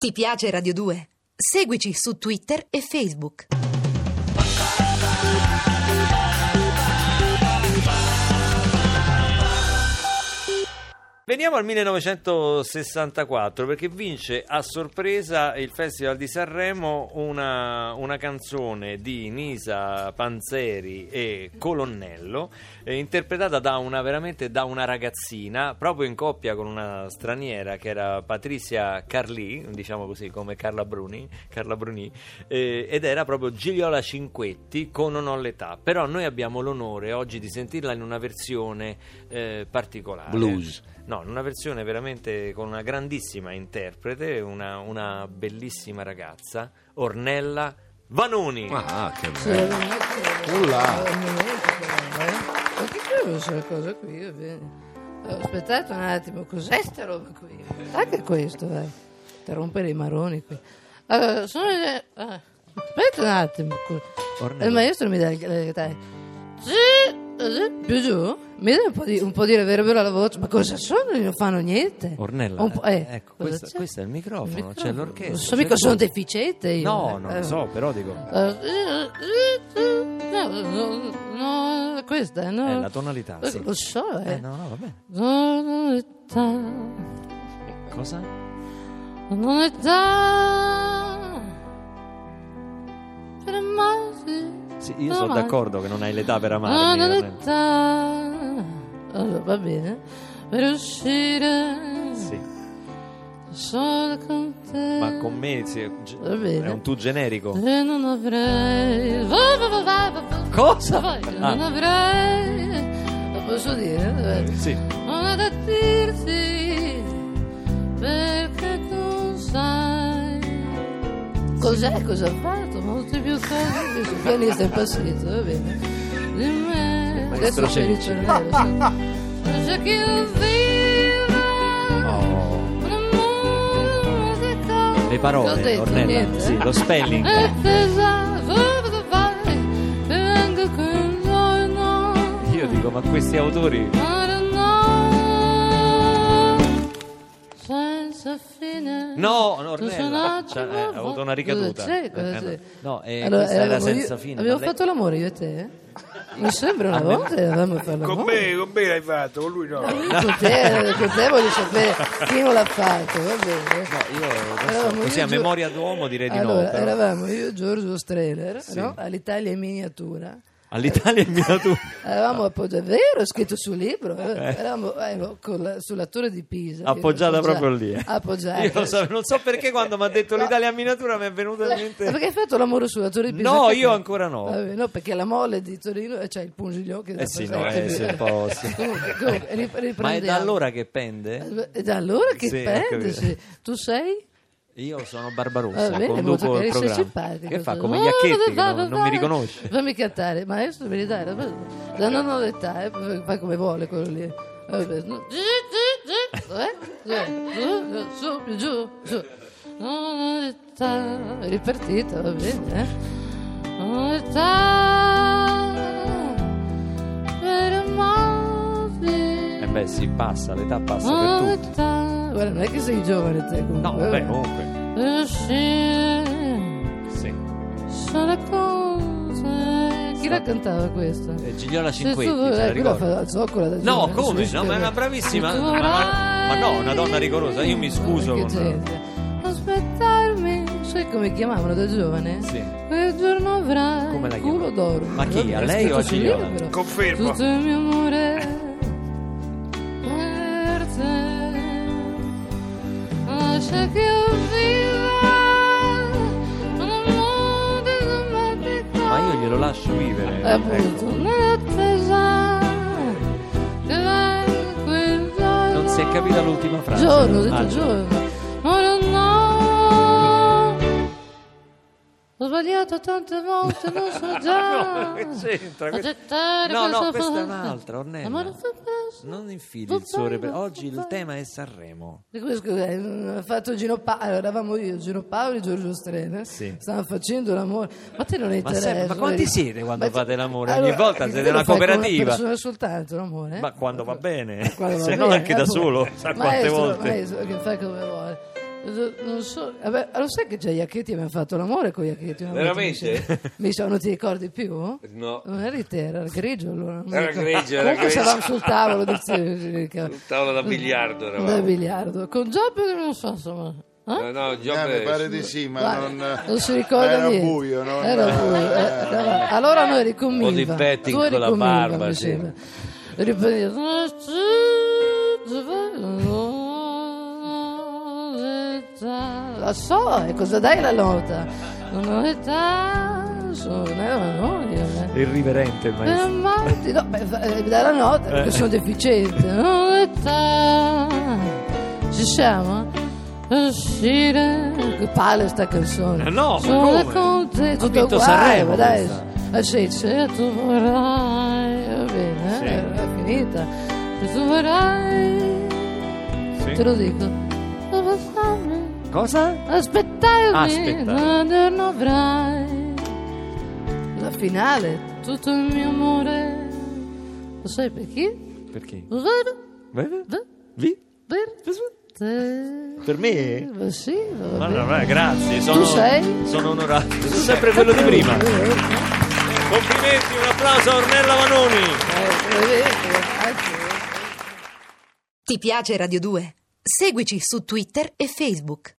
Ti piace Radio 2? Seguici su Twitter e Facebook. Veniamo al 1964 perché vince a sorpresa il Festival di Sanremo una canzone di Nisa Panzeri e Colonnello, interpretata veramente da una ragazzina, proprio in coppia con una straniera che era Patricia Carlì, diciamo così, come Carla Bruni, ed era proprio Gigliola Cinquetti con Non ho l'età. Però noi abbiamo l'onore oggi di sentirla in una versione particolare. Blues. No, in una versione veramente con una grandissima interprete, una bellissima ragazza, Ornella Vanoni. Ah, che Sì, bello. Ma che credo questa cosa qui? Va bene. Aspettate un attimo, cos'è sta roba qui? Anche questo, interrompere i maroni qui. Allora, aspetta un attimo. Ornella. Il maestro mi dà le chitarre. Più giù? Mi dai un po' di reverbero alla voce? Ma cosa sono? Non fanno niente. Ornella, ecco, questo è il microfono, c'è l'orchestra. Non so mica sono deficiente io. No, non lo so, però dico... No, questa no. È la tonalità, sì. Lo so, No, vabbè. Cosa? Non è da per amarti. Sì, io sono d'accordo che non hai l'età per amarmi. Non è Ornella. da. Allora, va bene. Per uscire Sì, solo con te. ma con me Va bene. è un tu generico. E non avrei. Cosa? Non avrei. Lo posso dire? Sì. Non è da dirti perché tu sai cos'è, cosa ha fatto, molti più cose. Il pianista è impazzito, va bene. Di me Maestro adesso c'è il Cenci. ritornello. C'è chi io viva un amore di cose. Le parole, Che ho detto, Ornella, niente, sì, lo spelling. e tesoro, dove vai? Che vengo con noi, no. Io dico, ma questi autori... Senza fine. No, Tu Ornella, sono ha avuto una ricaduta. Cosa c'è? No, Allora, questa era eravamo senza io- fine. Abbiamo ma lei- fatto l'amore io e te? Mi sembra una volta eravamo a fare Con l'amore. me l'hai fatto, con lui no. Con te voglio sapere chi non l'ha fatto, va bene. Io Eravamo adesso, così io a e memoria d'uomo direi di no. Allora, Però. eravamo io e Giorgio Strehler, no? All'Italia in miniatura. All'Italia in miniatura. Eravamo appoggiati, vero, scritto sul libro, eravamo sulla torre di Pisa. Appoggiata proprio lì. Appoggiata. Io non so perché quando mi ha detto l'Italia in miniatura mi è venuto in mente... Perché hai fatto l'amore sulla torre di Pisa? No, Anche io te? ancora no. Vabbè, no, perché la mole di Torino c'è il Pungiglione che Sì, no, sì, un po' sì. Comunque, Ma è riprendiamo. da allora che pende? È da allora che Sì, ho pende, capito. sì. Tu sei? Io sono Barbarossa, Va bene, conduco molto il carino, sei programma. simpatico. Che fa? Come Iacchetti, che non mi riconosce. Fammi cantare, maestro, devi dare. Non ho l'età, fa come vuole quello lì. Vabbè, no. Su, più giù, su. Non ho l'età. È ripartita, va bene, Non ho l'età per amarti. Beh sì, passa, l'età passa Non ho per tutti. l'età. Guarda, non è che sei giovane te comunque. No, vabbè, comunque. Per uscire Sì. sono le cose. Chi la cantava questa? Gigliola Se Cinquetti, tu te la la ricordi? fa la zoccola da No, giovane, come? su, No, ma è una bravissima. Se tu Ma no, una donna rigorosa. Io mi scuso Che con... gente. Aspettarmi, sai come chiamavano da giovane? Sì. Quel giorno avrai Come la il culo chiamano? d'oro. Ma chi? A È lei o a scritto sul Gigliola? libro. Confermo. Tutto il mio amore per te. Lascia che io viva un amore romantico. Ma io glielo lascio vivere. Appunto, Ecco. nell'attesa che vai quel giorno. Non si è capita l'ultima frase. Giorno, ho detto Ah, giorno. No. Ho sbagliato tante volte, non so già. No, che c'entra? Accettare No, questa questa è forza. un'altra, Ornella. Amore fa presto. Non infili il suo repertorio. Oggi il tema è Sanremo. Di questo ha fatto Gino Paoli, eravamo io, Gino Paoli e Giorgio Strehler. Sì. Stavamo facendo l'amore. Ma a te non interessa. Ma quanti siete quando Ma- fate l'amore? Allora, Ogni volta te siete lo una fai con cooperativa. Una persona soltanto l'amore? Ma quando va bene, Quando va se no bene, anche da appunto. solo, sa quante Maestro, volte. Maestro, che fa come vuole. Non so, vabbè, lo sai che già Iacchetti mi ha fatto l'amore con Iacchetti? Veramente? Non ti ricordi più? No. Non eri te, era grigio allora. non mi Era ricordo. grigio, era Comunque grigio. stavamo sul tavolo Sul tavolo da biliardo da eravamo. biliardo con Giobbe che non so insomma. No, mi Giobbe... pare di sì, ma Guarda, non si ricorda era niente. buio, non Era buio, allora noi eri con Un po' di Milva. petting Tu eri con la barba, mi sì. sembra. Riprendi. La so, e cosa dai la nota? Non ho età, non è una noia. Irriverente il maestro. No, dai la nota perché sono deficiente. Non ho età. Ci siamo? Uscire. Che palle sta canzone. No, ma sono come? con te, tutto vinto uguale, Sanremo dai. questa. Sì, se tu vorrai, va bene, Sì. è finita. Se tu vorrai, Sì. te lo dico. Cosa? Aspettarmi, Aspetta. non avrai. La finale, tutto il mio amore. Lo sai per chi? Per chi? Per te. Per me? Ma sì, va Ma bene. no, grazie, Tu sei? sono onorato. Sono sempre quello di prima. Complimenti, un applauso a Ornella Vanoni. Ti piace Radio 2? Seguici su Twitter e Facebook.